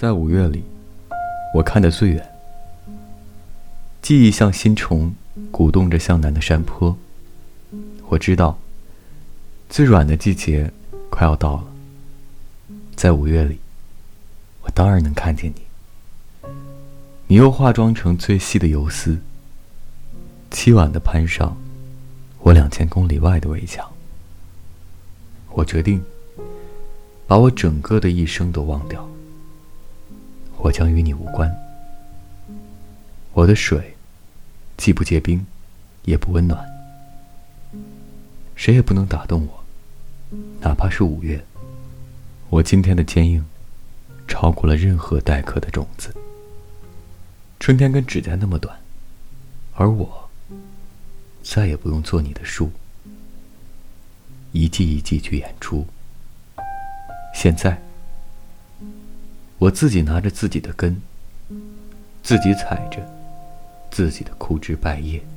在5月里，我看得最远。记忆像新虫，鼓动着向南的山坡。我知道，最软的季节快要到了。在5月里，我当然能看见你。你又化妆成最细的游丝，凄婉地攀上我2000公里外的围墙。我决定把我整个的一生都忘掉，我将与你无关。我的水既不结冰，也不温暖，谁也不能打动我，哪怕是5月。我今天的坚硬超过了任何待客的种子。春天跟指甲那么短，而我再也不用做你的树，一季一季去演出。现在我自己拿着自己的根，自己踩着自己的枯枝败叶。